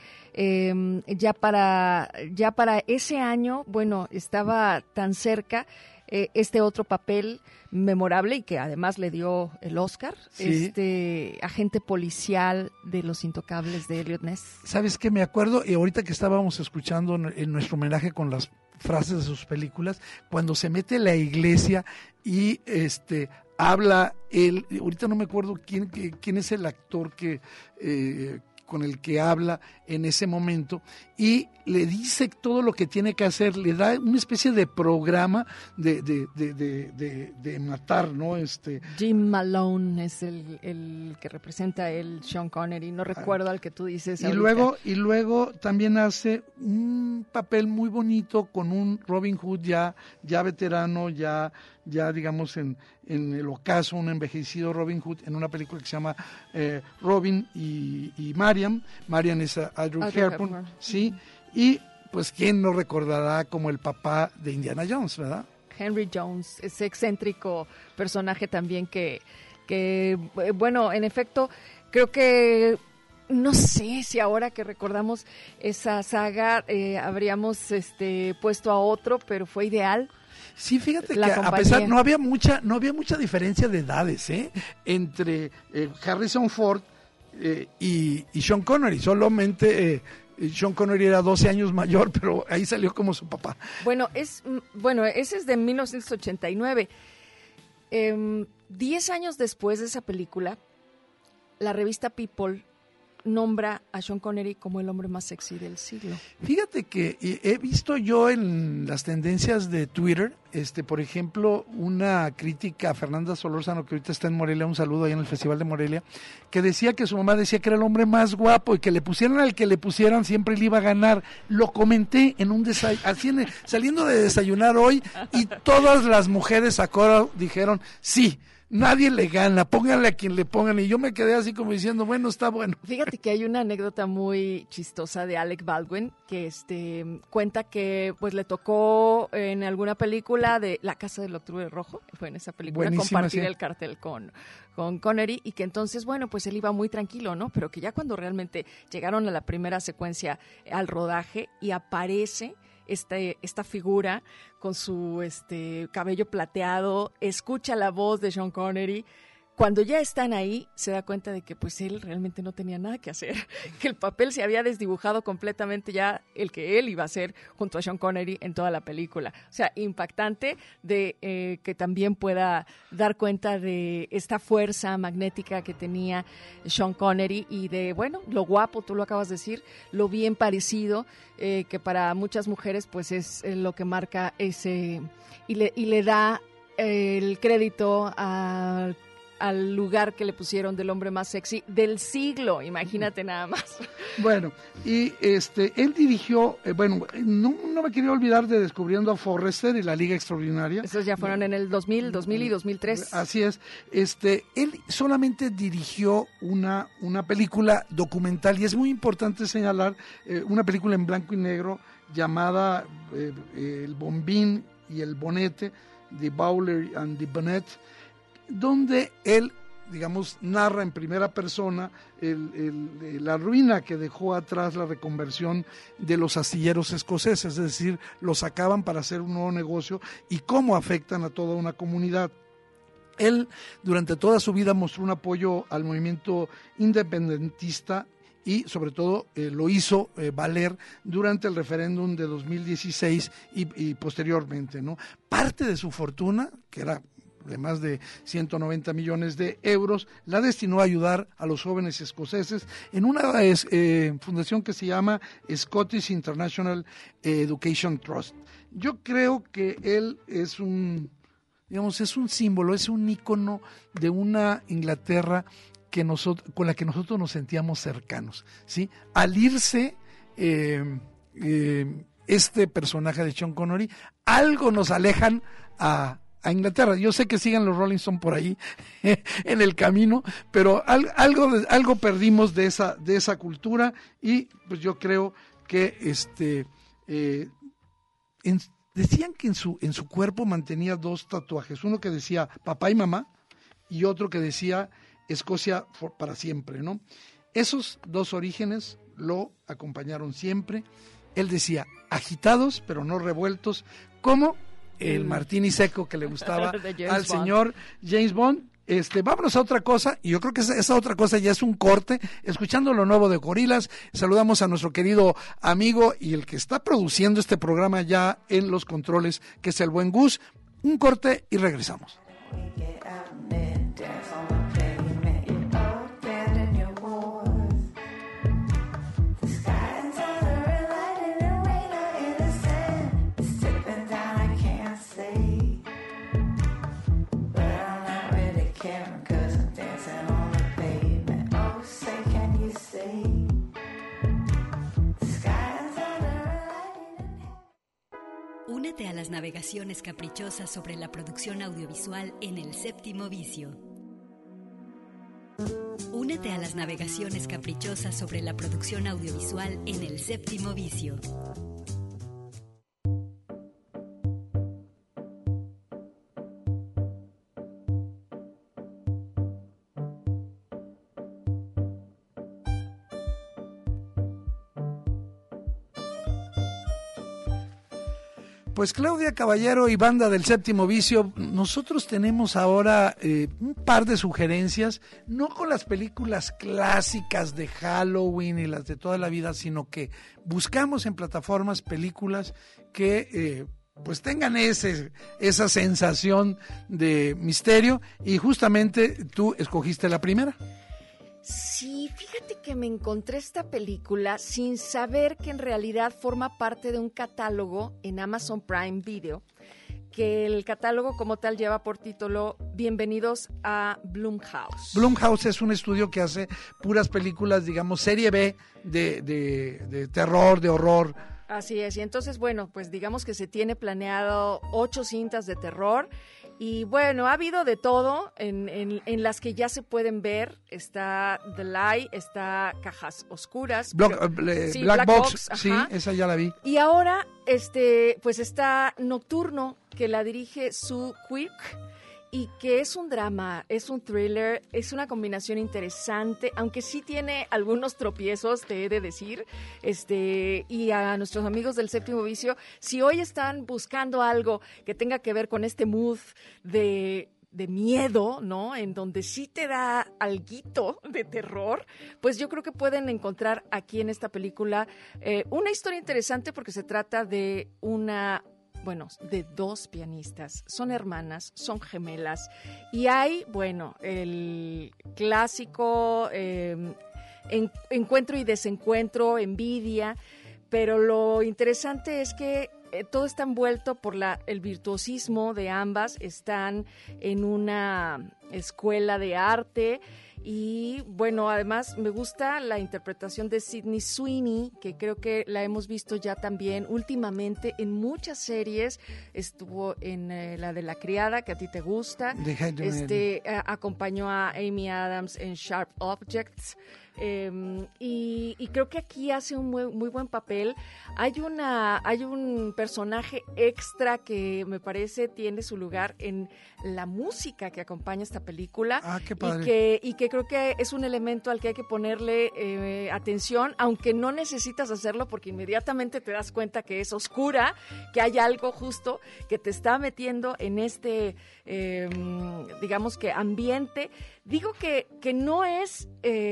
Speaker 4: Eh, ya para ya para ese año, bueno, estaba tan cerca eh, este otro papel memorable y que además le dio el Oscar, sí. Este agente policial de Los Intocables de Eliot Ness.
Speaker 3: ¿Sabes qué? Me acuerdo, y ahorita que estábamos escuchando en, en nuestro homenaje con las frases de sus películas, cuando se mete a la iglesia y este habla él, ahorita no me acuerdo quién, quién es el actor que eh, con el que habla en ese momento, y le dice todo lo que tiene que hacer, le da una especie de programa de, de, de, de, de, de matar, ¿no? Este
Speaker 4: Jim Malone es el, el que representa el Sean Connery, no recuerdo ah, al que tú dices
Speaker 3: y
Speaker 4: ahorita.
Speaker 3: luego y luego también hace un papel muy bonito con un Robin Hood ya ya veterano, ya ya digamos en, en el ocaso, un envejecido Robin Hood, en una película que se llama eh, Robin y, y Marian. Marian es Audrey Hepburn, Hepburn, sí, y pues quién no recordará como el papá de Indiana Jones, ¿verdad?
Speaker 4: Henry Jones, ese excéntrico personaje también que, que bueno, en efecto, creo que no sé si ahora que recordamos esa saga eh, habríamos este puesto a otro, pero fue ideal.
Speaker 3: Sí, fíjate que a pesar no había mucha no había mucha diferencia de edades, ¿eh? entre eh, Harrison Ford eh, y, y Sean Connery, solamente eh, Sean Connery era doce años mayor, pero ahí salió como su papá.
Speaker 4: Bueno, es bueno, ese es de mil novecientos ochenta y nueve. Eh, diez años después de esa película, la revista People nombra a Sean Connery como el hombre más sexy del siglo.
Speaker 3: Fíjate que he visto yo en las tendencias de Twitter, este, por ejemplo, una crítica a Fernanda Solórzano, que ahorita está en Morelia, un saludo ahí en el Festival de Morelia, que decía que su mamá decía que era el hombre más guapo y que le pusieran al que le pusieran siempre le iba a ganar. Lo comenté en un desayuno, así en el, saliendo de desayunar hoy, y todas las mujeres a coro dijeron sí. Nadie le gana, pónganle a quien le pongan, y yo me quedé así como diciendo, bueno, está bueno.
Speaker 4: Fíjate que hay una anécdota muy chistosa de Alec Baldwin, que este cuenta que pues le tocó en alguna película de La Casa del Octubre Rojo, fue en esa película,
Speaker 3: buenísima,
Speaker 4: compartir
Speaker 3: sí.
Speaker 4: el cartel con, con Connery, y que entonces, bueno, pues él iba muy tranquilo, ¿no? Pero que ya cuando realmente llegaron a la primera secuencia al rodaje y aparece Este, esta figura con su este cabello plateado, escucha la voz de Sean Connery. Cuando ya están ahí, se da cuenta de que pues él realmente no tenía nada que hacer, que el papel se había desdibujado completamente, ya el que él iba a hacer junto a Sean Connery en toda la película. O sea, impactante de eh, que también pueda dar cuenta de esta fuerza magnética que tenía Sean Connery y de, bueno, lo guapo, tú lo acabas de decir, lo bien parecido, eh, que para muchas mujeres pues es eh, lo que marca ese, y le, y le da eh, el crédito al al lugar que le pusieron del hombre más sexy del siglo, imagínate nada más.
Speaker 3: Bueno, y este él dirigió, eh, bueno, no, no me quería olvidar de Descubriendo a Forrester y La Liga Extraordinaria.
Speaker 4: Esos ya fueron en el dos mil, dos mil y dos mil tres.
Speaker 3: Así es. Este, él solamente dirigió una, una película documental, y es muy importante señalar eh, una película en blanco y negro llamada eh, El Bombín y el Bonete, The Bowler and the Bonnet, donde él, digamos, narra en primera persona el, el, la ruina que dejó atrás la reconversión de los astilleros escoceses, es decir, los sacaban para hacer un nuevo negocio y cómo afectan a toda una comunidad. Él, durante toda su vida, mostró un apoyo al movimiento independentista y, sobre todo, eh, lo hizo eh, valer durante el referéndum de dos mil dieciséis y, y posteriormente, ¿no? Parte de su fortuna, que era de más de ciento noventa millones de euros, la destinó a ayudar a los jóvenes escoceses en una eh, fundación que se llama Scottish International Education Trust. Yo creo que él es un, digamos, es un símbolo, es un ícono de una Inglaterra que nosotros, con la que nosotros nos sentíamos cercanos, ¿sí? Al irse eh, eh, este personaje de Sean Connery, algo nos alejan a a Inglaterra. Yo sé que siguen los Rolling Stones por ahí en el camino, pero al, algo algo perdimos de esa de esa cultura, y pues yo creo que este eh, en, decían que en su en su cuerpo mantenía dos tatuajes, uno que decía papá y mamá y otro que decía Escocia for, para siempre, ¿no? Esos dos orígenes lo acompañaron siempre. Él decía agitados pero no revueltos, como el martini seco que le gustaba al señor James Bond. Este, vámonos a otra cosa, y yo creo que esa, esa otra cosa ya es un corte, escuchando lo nuevo de Gorillaz. Saludamos a nuestro querido amigo y el que está produciendo este programa ya en los controles, que es el buen Gus. Un corte y regresamos.
Speaker 18: Únete a las navegaciones caprichosas sobre la producción audiovisual en El Séptimo Vicio. Únete a las navegaciones caprichosas sobre la producción audiovisual en El Séptimo Vicio.
Speaker 3: Pues Claudia Caballero y banda del Séptimo Vicio, nosotros tenemos ahora eh, un par de sugerencias, no con las películas clásicas de Halloween y las de toda la vida, sino que buscamos en plataformas películas que eh, pues tengan ese, esa sensación de misterio, y justamente tú escogiste la primera.
Speaker 4: Sí, fíjate que me encontré esta película sin saber que en realidad forma parte de un catálogo en Amazon Prime Video, que el catálogo como tal lleva por título Bienvenidos a Blumhouse.
Speaker 3: Blumhouse es un estudio que hace puras películas, digamos, serie B de, de, de terror, de horror.
Speaker 4: Así es, y entonces, bueno, pues digamos que se tiene planeado ocho cintas de terror. Y bueno, ha habido de todo en, en, en las que ya se pueden ver. Está The Lie, está Cajas Oscuras.
Speaker 3: Block,
Speaker 4: pero,
Speaker 3: eh,
Speaker 4: sí,
Speaker 3: Black, Black Box,
Speaker 4: Box
Speaker 3: sí, esa ya la vi.
Speaker 4: Y ahora, este, pues está Nocturno, que la dirige Sue Quirk, y que es un drama, es un thriller, es una combinación interesante, aunque sí tiene algunos tropiezos, te he de decir. Este, y a nuestros amigos del Séptimo Vicio, si hoy están buscando algo que tenga que ver con este mood de de miedo, ¿no? En donde sí te da alguito de terror, pues yo creo que pueden encontrar aquí en esta película eh, una historia interesante, porque se trata de una bueno, de dos pianistas, son hermanas, son gemelas, y hay, bueno, el clásico eh, en, encuentro y desencuentro, envidia, pero lo interesante es que eh, todo está envuelto por la, el virtuosismo de ambas. Están en una escuela de arte. Y bueno, además me gusta la interpretación de Sydney Sweeney, que creo que la hemos visto ya también últimamente en muchas series. Estuvo en eh, la de La Criada, que a ti te gusta. Este eh, acompañó a Amy Adams en Sharp Objects. Eh, y, y creo que aquí hace un muy, muy buen papel. Hay una, hay un personaje extra que me parece tiene su lugar en la música que acompaña esta película.
Speaker 3: Ah, qué padre.
Speaker 4: Y que, y que creo que es un elemento al que hay que ponerle eh, atención, aunque no necesitas hacerlo, porque inmediatamente te das cuenta que es oscura, que hay algo justo que te está metiendo en este, eh, digamos que ambiente. Digo que, que no es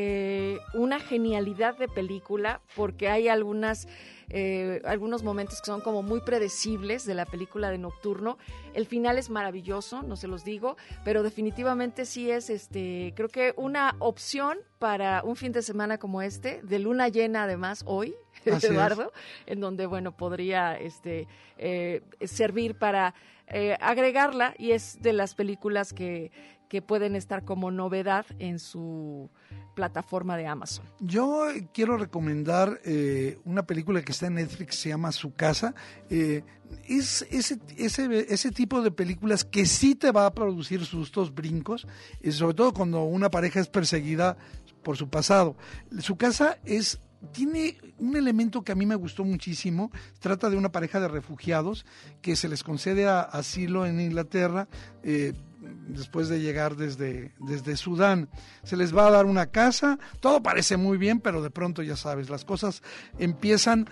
Speaker 4: eh, una genialidad de película, porque hay algunas eh, algunos momentos que son como muy predecibles de la película de Nocturno. El final es maravilloso, no se los digo, pero definitivamente sí es, este, creo que una opción para un fin de semana como este, de luna llena además hoy, Así Eduardo, es. En donde, bueno, podría este, eh, servir para eh, agregarla, y es de las películas que, que pueden estar como novedad en su plataforma de Amazon.
Speaker 3: Yo quiero recomendar eh, una película que está en Netflix, se llama Su Casa. Eh, es ese, ese, ese tipo de películas que sí te va a producir sustos, brincos, y sobre todo cuando una pareja es perseguida por su pasado. Su Casa es tiene un elemento que a mí me gustó muchísimo. Trata de una pareja de refugiados que se les concede a, asilo en Inglaterra eh, después de llegar desde, desde Sudán. Se les va a dar una casa, todo parece muy bien, pero de pronto, ya sabes, las cosas empiezan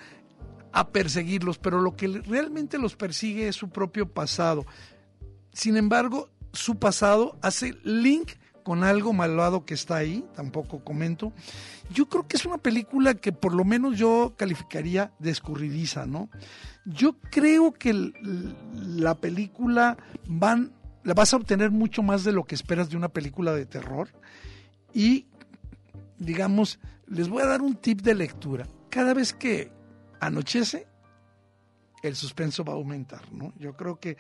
Speaker 3: a perseguirlos, pero lo que realmente los persigue es su propio pasado. Sin embargo, su pasado hace link con algo malvado que está ahí, tampoco comento. Yo creo que es una película que por lo menos yo calificaría de escurridiza, ¿no? Yo creo que el, la película van, la vas a obtener mucho más de lo que esperas de una película de terror, y, digamos, les voy a dar un tip de lectura. Cada vez que anochece, el suspenso va a aumentar, ¿no? Yo creo que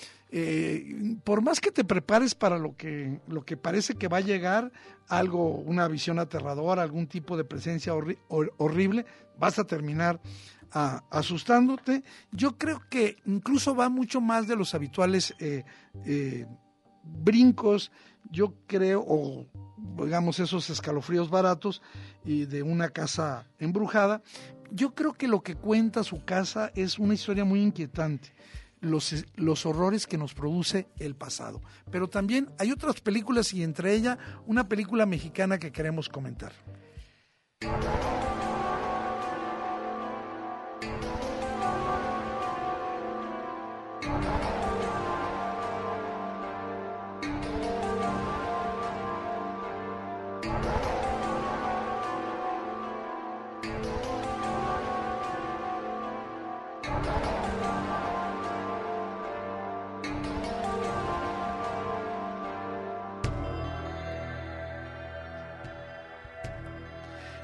Speaker 3: Eh, por más que te prepares para lo que, lo que parece que va a llegar, algo, una visión aterradora, algún tipo de presencia horri- hor- horrible, vas a terminar a, asustándote. Yo creo que incluso va mucho más de los habituales eh, eh, brincos, yo creo, o digamos esos escalofríos baratos y de una casa embrujada. Yo creo que lo que cuenta Su Casa es una historia muy inquietante. Los, los horrores que nos produce el pasado. Pero también hay otras películas, y entre ellas una película mexicana que queremos comentar.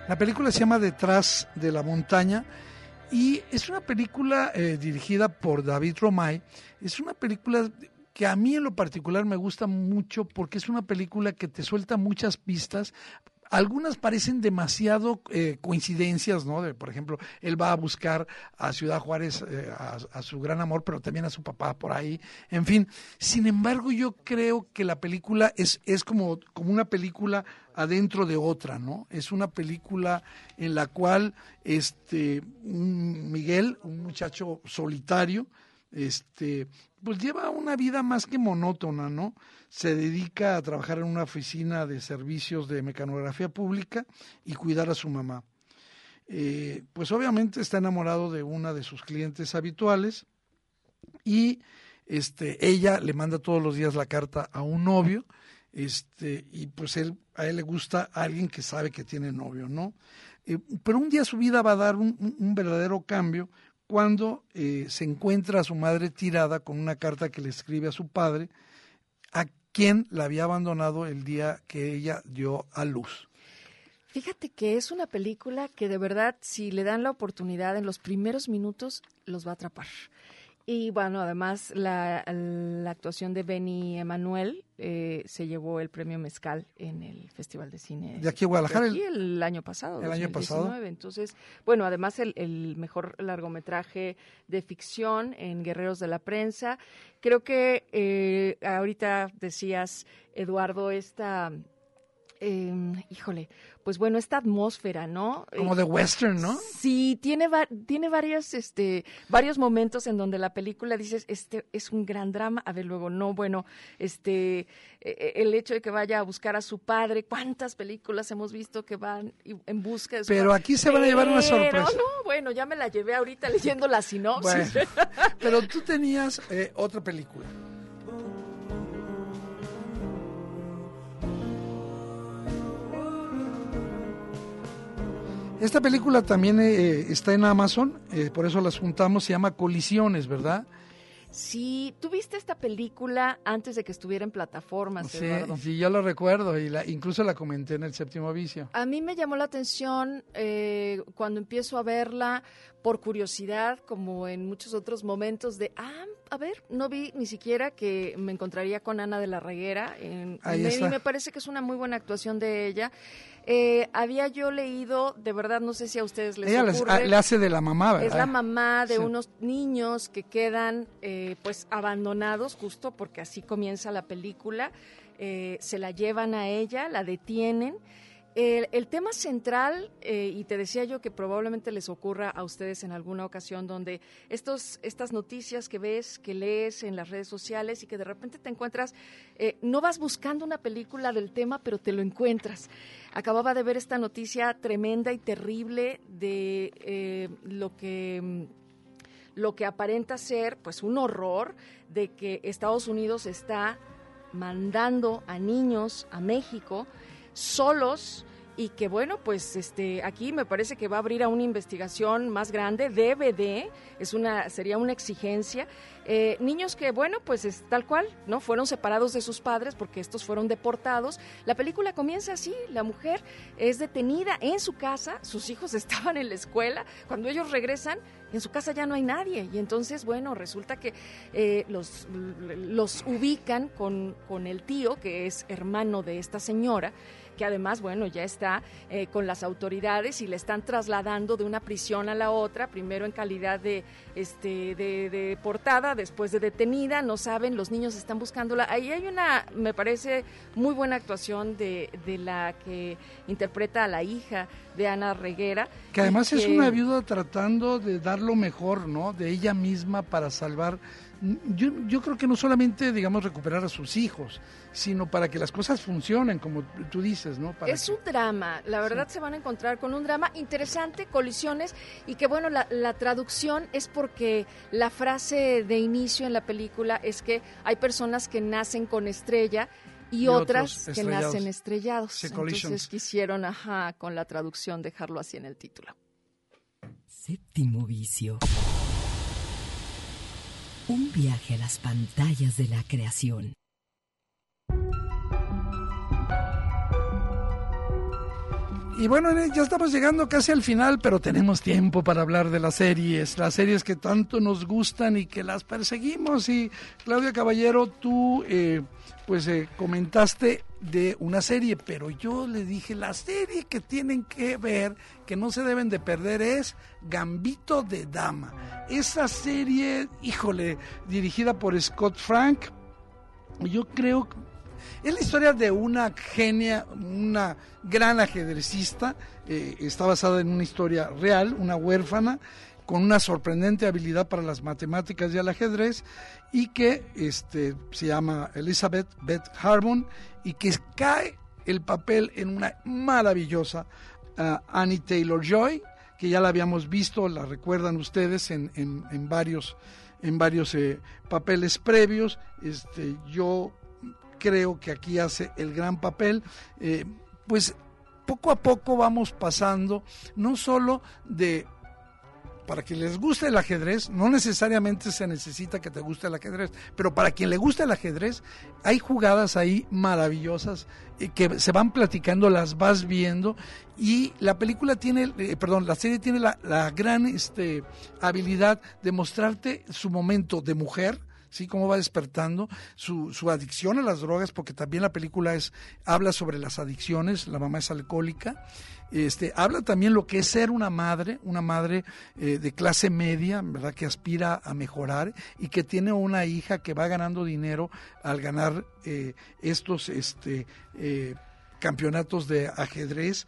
Speaker 3: La película se llama Detrás de la montaña y es una película eh, dirigida por David Romay. Es una película que a mí en lo particular me gusta mucho porque es una película que te suelta muchas pistas. Algunas parecen demasiado eh, coincidencias, ¿no? De, por ejemplo, él va a buscar a Ciudad Juárez eh, a, a su gran amor, pero también a su papá por ahí. En fin, sin embargo, yo creo que la película es, es como, como una película adentro de otra, ¿no? Es una película en la cual este un Miguel, un muchacho solitario, este pues lleva una vida más que monótona, ¿no? Se dedica a trabajar en una oficina de servicios de mecanografía pública y cuidar a su mamá. Eh, pues obviamente está enamorado de una de sus clientes habituales y este, ella le manda todos los días la carta a un novio, este, y pues él, a él le gusta a alguien que sabe que tiene novio, ¿no? Eh, pero un día su vida va a dar un, un, un verdadero cambio cuando eh, se encuentra a su madre tirada con una carta que le escribe a su padre, a quien la había abandonado el día que ella dio a luz.
Speaker 4: Fíjate que es una película que de verdad, si le dan la oportunidad en los primeros minutos, los va a atrapar. Y bueno, además la, la actuación de Benny Emanuel eh, se llevó el premio Mezcal en el Festival de Cine
Speaker 3: de aquí a Guadalajara.
Speaker 4: De aquí el, el año pasado.
Speaker 3: El año pasado.
Speaker 4: Entonces, bueno, además el, el mejor largometraje de ficción en Guerreros de la Prensa. Creo que eh, ahorita decías, Eduardo, esta... Eh, híjole, pues bueno, esta atmósfera, ¿no?
Speaker 3: Como de western, ¿no?
Speaker 4: Sí, tiene va- tiene varias, este, varios momentos en donde la película dices, este es un gran drama, a ver luego, no, bueno, este, eh, el hecho de que vaya a buscar a su padre, ¿cuántas películas hemos visto que van en busca de su
Speaker 3: Pero
Speaker 4: padre?
Speaker 3: aquí se van a llevar una sorpresa.
Speaker 4: Pero no, bueno, ya me la llevé ahorita leyendo la sinopsis.
Speaker 3: Bueno, pero tú tenías eh, otra película. Esta película también eh, está en Amazon, eh, por eso las juntamos, se llama Colisiones, ¿verdad?
Speaker 4: Sí, ¿tú viste esta película antes de que estuviera en plataformas,
Speaker 3: Sí,
Speaker 4: Eduardo?
Speaker 3: sí, yo lo recuerdo y la, incluso la comenté en el Séptimo Vicio.
Speaker 4: A mí me llamó la atención eh, cuando empiezo a verla por curiosidad, como en muchos otros momentos de, ah, a ver, no vi ni siquiera que me encontraría con Ana de la Reguera. En,
Speaker 3: Ahí
Speaker 4: me,
Speaker 3: está.
Speaker 4: Y me parece que es una muy buena actuación de ella. Eh, había yo leído, de verdad, no sé si a ustedes les
Speaker 3: Ella les-
Speaker 4: ocurre.
Speaker 3: ah, le hace de la mamá, ¿verdad?
Speaker 4: Es la mamá de
Speaker 3: Sí.
Speaker 4: unos niños que quedan eh, pues abandonados, justo porque así comienza la película. Eh, se la llevan a ella, la detienen. El, el tema central, eh, y te decía yo que probablemente les ocurra a ustedes en alguna ocasión, donde estos, estas noticias que ves, que lees en las redes sociales y que de repente te encuentras, eh, no vas buscando una película del tema, pero te lo encuentras. Acababa de ver esta noticia tremenda y terrible de eh, lo que... lo que aparenta ser pues un horror de que Estados Unidos está mandando a niños a México solos y que bueno, pues este aquí me parece que va a abrir a una investigación más grande, debe de, es una, sería una exigencia, eh, niños que bueno, pues es tal cual, ¿no? Fueron separados de sus padres porque estos fueron deportados. La película comienza así, la mujer es detenida en su casa, sus hijos estaban en la escuela, cuando ellos regresan, en su casa ya no hay nadie, y entonces, bueno, resulta que eh, los, los ubican con, con el tío, que es hermano de esta señora, que además, bueno, ya está eh, con las autoridades y le están trasladando de una prisión a la otra, primero en calidad de este de, de deportada, después de detenida, no saben, los niños están buscándola. Ahí hay una, me parece, muy buena actuación de, de la que interpreta a la hija de Ana Reguera.
Speaker 3: Que además
Speaker 4: y
Speaker 3: es
Speaker 4: que-
Speaker 3: una viuda tratando de dar lo mejor, ¿no? De ella misma para salvar. Yo, yo creo que no solamente, digamos, recuperar a sus hijos, sino para que las cosas funcionen, como tú dices, ¿no? Para
Speaker 4: Es
Speaker 3: que-
Speaker 4: un drama, la verdad se van a encontrar con un drama interesante, Colisiones, y que bueno, la, la traducción es porque la frase de inicio en la película es que hay personas que nacen con estrella y,
Speaker 3: Y
Speaker 4: otras
Speaker 3: otros
Speaker 4: que
Speaker 3: estrellados.
Speaker 4: nacen estrellados.
Speaker 3: Sí,
Speaker 4: Entonces
Speaker 3: collisions.
Speaker 4: quisieron, ajá, con la traducción dejarlo así en el título.
Speaker 2: Séptimo Vicio. Un viaje a las pantallas de la creación.
Speaker 3: y bueno, ya estamos llegando casi al final, pero tenemos tiempo para hablar de las series, las series que tanto nos gustan y que las perseguimos. Y Claudia Caballero, tú eh, pues eh, comentaste de una serie, pero yo le dije, la serie que tienen que ver, que no se deben de perder, es Gambito de Dama. Esa serie, híjole, dirigida por Scott Frank, yo creo que es la historia de una genia, una gran ajedrecista, eh, está basada en una historia real, una huérfana con una sorprendente habilidad para las matemáticas y el ajedrez, y que este, se llama Elizabeth Beth Harmon, y que cae el papel en una maravillosa uh, Annie Taylor-Joy, que ya la habíamos visto, la recuerdan ustedes en, en, en varios, en varios eh, papeles previos. Este, yo creo que aquí hace el gran papel. Eh, pues poco a poco vamos pasando, no solo de, para quien les guste el ajedrez, no necesariamente se necesita que te guste el ajedrez, pero para quien le gusta el ajedrez, hay jugadas ahí maravillosas eh, que se van platicando, las vas viendo, y la película tiene, eh, perdón, la serie tiene la, la gran este, habilidad de mostrarte su momento de mujer, sí, cómo va despertando su, su adicción a las drogas, porque también la película es habla sobre las adicciones, la mamá es alcohólica, este, habla también lo que es ser una madre, una madre eh, de clase media, ¿verdad?, que aspira a mejorar y que tiene una hija que va ganando dinero al ganar eh, estos este, eh, campeonatos de ajedrez.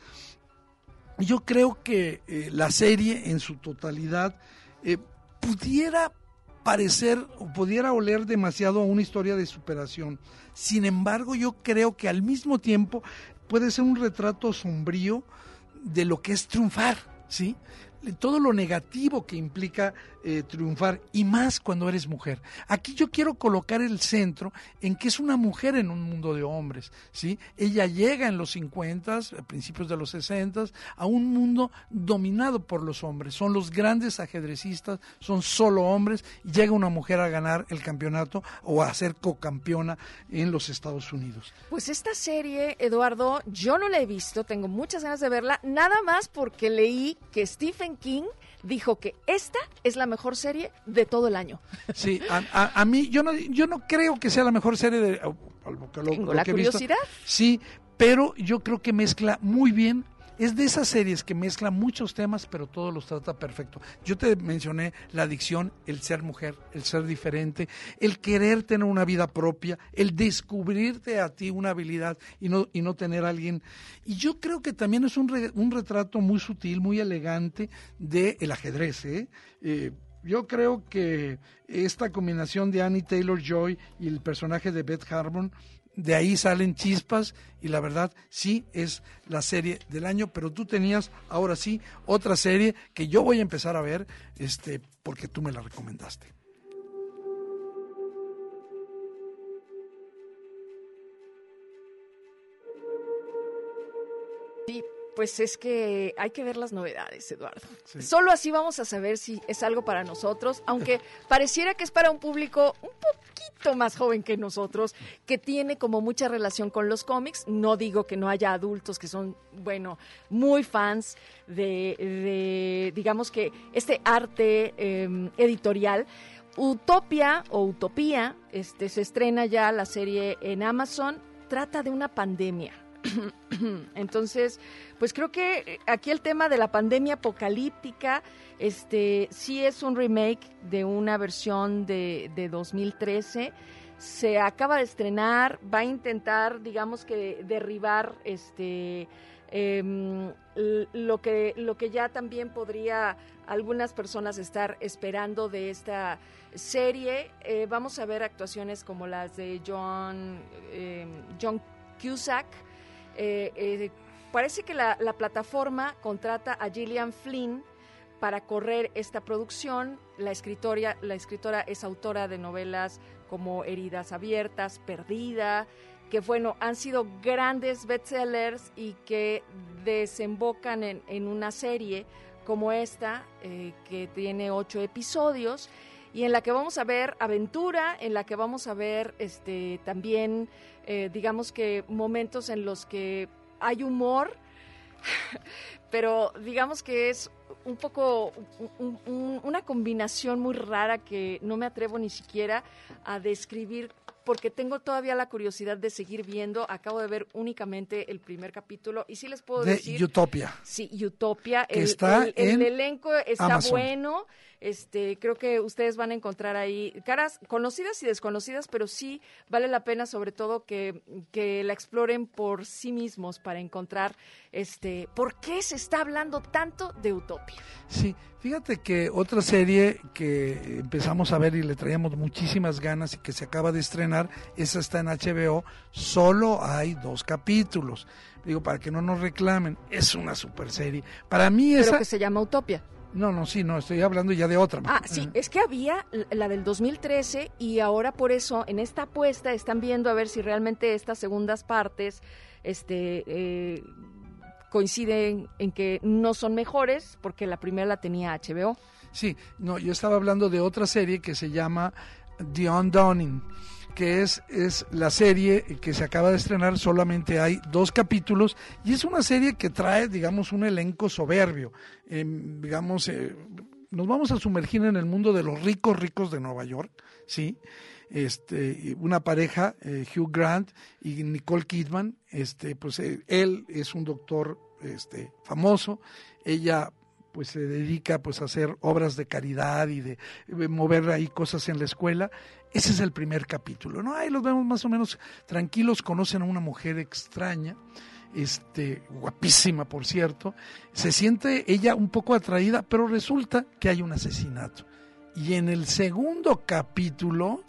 Speaker 3: Yo creo que eh, la serie en su totalidad eh, pudiera parecer o pudiera oler demasiado a una historia de superación. Sin embargo, yo creo que al mismo tiempo puede ser un retrato sombrío de lo que es triunfar, ¿sí? Todo lo negativo que implica eh, triunfar, y más cuando eres mujer. Aquí yo quiero colocar el centro en que es una mujer en un mundo de hombres, ¿sí? Ella llega en los cincuenta, a principios de los sesenta, a un mundo dominado por los hombres. Son los grandes ajedrecistas, son solo hombres, y llega una mujer a ganar el campeonato o a ser cocampeona en los Estados Unidos.
Speaker 4: Pues esta serie, Eduardo, yo no la he visto, tengo muchas ganas de verla, nada más porque leí que Stephen King dijo que esta es la mejor serie de todo el año.
Speaker 3: Sí, a, a, a mí yo no yo no creo que sea la mejor serie de lo, lo,
Speaker 4: Tengo
Speaker 3: lo
Speaker 4: la
Speaker 3: que
Speaker 4: curiosidad.
Speaker 3: He visto. Sí, pero yo creo que mezcla muy bien. Es de esas series que mezcla muchos temas, pero todos los trata perfecto. Yo te mencioné la adicción, el ser mujer, el ser diferente, el querer tener una vida propia, el descubrirte a ti una habilidad y no, y no tener a alguien. Y yo creo que también es un, re, un retrato muy sutil, muy elegante del ajedrez, ¿eh? Eh, Yo creo que esta combinación de Annie Taylor-Joy y el personaje de Beth Harmon, de ahí salen chispas, y la verdad sí es la serie del año. Pero tú tenías ahora sí otra serie que yo voy a empezar a ver, este, porque tú me la recomendaste.
Speaker 4: Sí, pues es que hay que ver las novedades, Eduardo. Sí. Solo así vamos a saber si es algo para nosotros, aunque pareciera que es para un público un poquito más joven que nosotros, que tiene como mucha relación con los cómics. No digo que no haya adultos que son, bueno, muy fans de, de digamos que este arte eh, editorial. Utopia o Utopía, este, se estrena ya la serie en Amazon, trata de una pandemia. Entonces, pues creo que aquí el tema de la pandemia apocalíptica, este, sí es un remake de una versión de, de dos mil trece. Se acaba de estrenar, va a intentar, digamos que derribar este eh, lo que lo que ya también podría algunas personas estar esperando de esta serie. Eh, vamos a ver actuaciones como las de John eh, John Cusack. Eh, eh, parece que la, la plataforma contrata a Gillian Flynn para correr esta producción. La escritora, la escritora es autora de novelas como Heridas Abiertas, Perdida, que bueno, han sido grandes bestsellers y que desembocan en, en una serie como esta, eh, que tiene ocho episodios y en la que vamos a ver aventura, en la que vamos a ver este también, eh, digamos que momentos en los que hay humor, pero digamos que es un poco un, un, una combinación muy rara que no me atrevo ni siquiera a describir porque tengo todavía la curiosidad de seguir viendo. Acabo de ver únicamente el primer capítulo y sí les puedo
Speaker 3: de
Speaker 4: decir...
Speaker 3: Utopia.
Speaker 4: Sí, Utopia.
Speaker 3: Que
Speaker 4: el,
Speaker 3: está
Speaker 4: el, el
Speaker 3: en
Speaker 4: elenco está
Speaker 3: Amazon.
Speaker 4: bueno. Este, creo que ustedes van a encontrar ahí caras conocidas y desconocidas, pero sí vale la pena sobre todo que, que la exploren por sí mismos para encontrar este, por qué se está hablando tanto de Utopia.
Speaker 3: Sí, fíjate que otra serie que empezamos a ver y le traíamos muchísimas ganas y que se acaba de estrenar, esa está en H B O, solo hay dos capítulos. Digo, para que no nos reclamen, es una super serie. Para mí esa...
Speaker 4: Pero que se llama Utopia.
Speaker 3: No, no, sí, no, estoy hablando ya de otra.
Speaker 4: Ah, sí, es que había la del dos mil trece y ahora por eso en esta apuesta están viendo a ver si realmente estas segundas partes este, eh, coinciden en que no son mejores porque la primera la tenía H B O.
Speaker 3: Sí, no, yo estaba hablando de otra serie que se llama The Undowning, que es, es la serie que se acaba de estrenar, solamente hay dos capítulos, y es una serie que trae, digamos, un elenco soberbio. Eh, digamos, eh, nos vamos a sumergir en el mundo de los ricos ricos de Nueva York, ¿sí? Este, una pareja, eh, Hugh Grant y Nicole Kidman, este, pues eh, él es un doctor este, famoso, ella pues se dedica pues a hacer obras de caridad y de, de mover ahí cosas en la escuela. Ese es el primer capítulo, ¿no? Ahí los vemos más o menos tranquilos, conocen a una mujer extraña, este, guapísima por cierto, se siente ella un poco atraída, pero resulta que hay un asesinato. Y en el segundo capítulo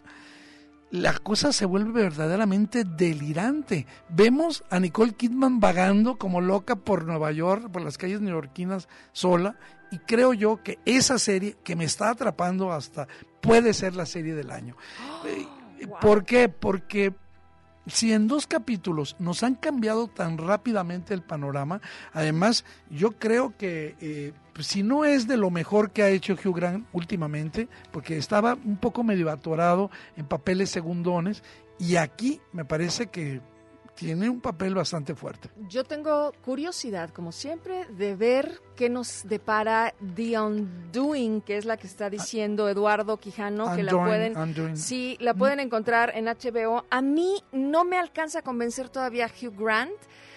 Speaker 3: la cosa se vuelve verdaderamente delirante. Vemos a Nicole Kidman vagando como loca por Nueva York, por las calles neoyorquinas sola, y creo yo que esa serie que me está atrapando hasta puede ser la serie del año. Oh, wow. ¿Por qué? Porque si en dos capítulos nos han cambiado tan rápidamente el panorama, además yo creo que eh, pues, si no es de lo mejor que ha hecho Hugh Grant últimamente, porque estaba un poco medio atorado en papeles segundones, y aquí me parece que tiene un papel bastante fuerte.
Speaker 4: Yo tengo curiosidad, como siempre, de ver qué nos depara The Undoing, que es la que está diciendo Eduardo Quijano,
Speaker 3: Undoing,
Speaker 4: que la pueden,
Speaker 3: Undoing.
Speaker 4: sí, la pueden encontrar en H B O. A mí no me alcanza a convencer todavía Hugh Grant.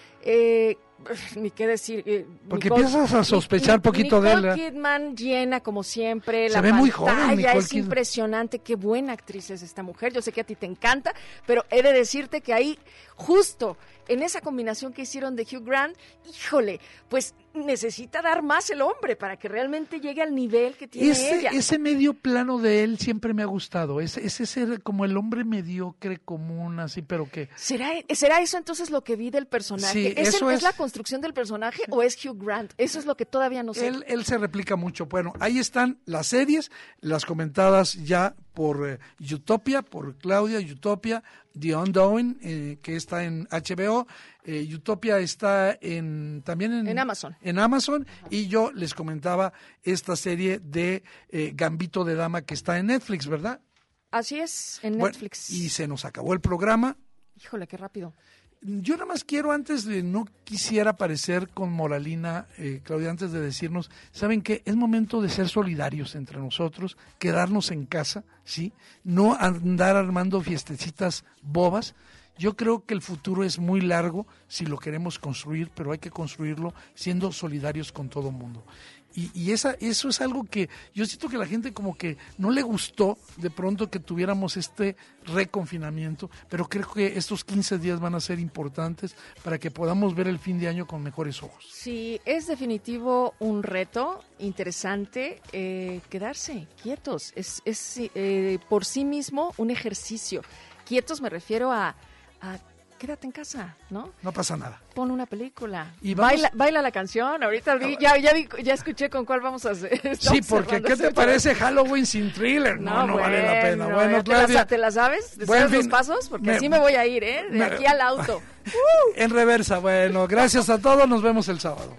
Speaker 4: Eh, ni qué decir. Eh,
Speaker 3: Porque
Speaker 4: Nicole,
Speaker 3: empiezas a sospechar
Speaker 4: Nic-
Speaker 3: poquito
Speaker 4: Nicole
Speaker 3: de él.
Speaker 4: Nicole Kidman llena como siempre.
Speaker 3: Se
Speaker 4: la
Speaker 3: ve muy joven,
Speaker 4: pantalla
Speaker 3: Nicole
Speaker 4: es
Speaker 3: Kidman.
Speaker 4: impresionante. Qué buena actriz es esta mujer. Yo sé que a ti te encanta, pero he de decirte que ahí, justo en esa combinación que hicieron de Hugh Grant, híjole, pues necesita dar más el hombre para que realmente llegue al nivel que tiene
Speaker 3: Ese,
Speaker 4: ella.
Speaker 3: ese medio plano de él siempre me ha gustado. Ese, ese ser como el hombre mediocre, común, así, pero que...
Speaker 4: ¿Será, ¿Será eso entonces lo que vi del personaje?
Speaker 3: Sí,
Speaker 4: ¿Es,
Speaker 3: eso
Speaker 4: el-
Speaker 3: es-
Speaker 4: ¿Es la construcción del personaje o es Hugh Grant? Eso es lo que todavía no sé.
Speaker 3: Él, él se replica mucho. Bueno, ahí están las series, las comentadas ya por eh, Utopia, por Claudia, Utopia, The Undoing, eh, que está en H B O, eh, Utopia está en también en,
Speaker 4: En Amazon.
Speaker 3: en Amazon, y yo les comentaba esta serie de eh, Gambito de Dama que está en Netflix, ¿verdad?
Speaker 4: Así es, en
Speaker 3: Bueno,
Speaker 4: Netflix.
Speaker 3: y se nos acabó el programa.
Speaker 4: Híjole, qué rápido.
Speaker 3: Yo nada más quiero, antes de, no quisiera parecer con moralina, eh, Claudia, antes de decirnos, ¿saben qué? Es momento de ser solidarios entre nosotros, quedarnos en casa, ¿sí? No andar armando fiestecitas bobas. Yo creo que el futuro es muy largo si lo queremos construir, pero hay que construirlo siendo solidarios con todo mundo. Y, y esa, eso es algo que yo siento que la gente como que no le gustó de pronto que tuviéramos este reconfinamiento, pero creo que estos quince días van a ser importantes para que podamos ver el fin de año con mejores ojos.
Speaker 4: Sí, es definitivo un reto interesante eh, quedarse quietos. Es, es eh, por sí mismo un ejercicio. Quietos me refiero a, a quédate en casa, ¿no?
Speaker 3: No pasa nada.
Speaker 4: Pon una película.
Speaker 3: Y vamos-
Speaker 4: baila, baila la canción. Ahorita vi- ya, ya, vi- ya escuché con cuál vamos a hacer.
Speaker 3: Sí,
Speaker 4: Estamos
Speaker 3: porque
Speaker 4: cerrando
Speaker 3: ¿qué te
Speaker 4: este
Speaker 3: parece Halloween sin thriller? No, no, vale la pena.
Speaker 4: bueno,
Speaker 3: Bueno,
Speaker 4: ¿ya te la
Speaker 3: Claudia,
Speaker 4: sa- ¿Te la sabes? ¿De
Speaker 3: buen
Speaker 4: sabes los
Speaker 3: fin-
Speaker 4: pasos? Porque
Speaker 3: me-
Speaker 4: así me voy a ir, ¿eh? De
Speaker 3: me-
Speaker 4: aquí al auto.
Speaker 3: en reversa, bueno, gracias a todos, nos vemos el sábado.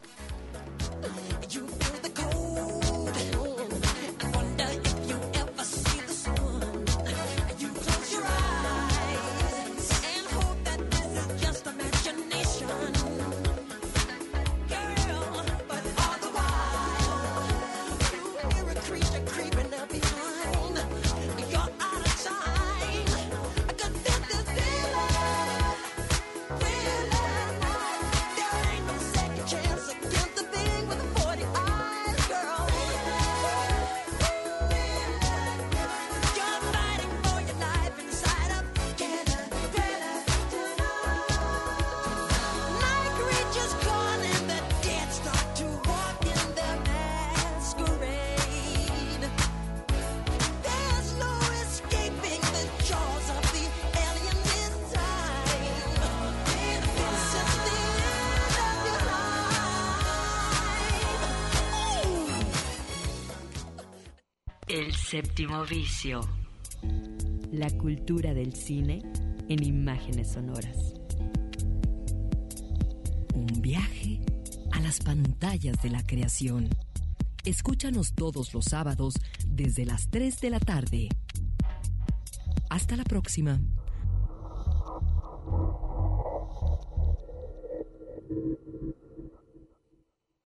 Speaker 17: Just imagination. Girl, creeping up behind. You're out of time. I can feel this feeling, feeling like there ain't no second chance against the being with the forty eyes, girl. You're fighting for your life inside of Canada, Canada. Night reaches calling, the dead start to walk in their masquerade. There's no escaping the jaws of the alien this time. This is the end of your life.
Speaker 1: El séptimo vicio.
Speaker 2: La cultura del cine en imágenes sonoras. Un viaje a las pantallas de la creación. Escúchanos todos los sábados desde las tres de la tarde. Hasta la próxima.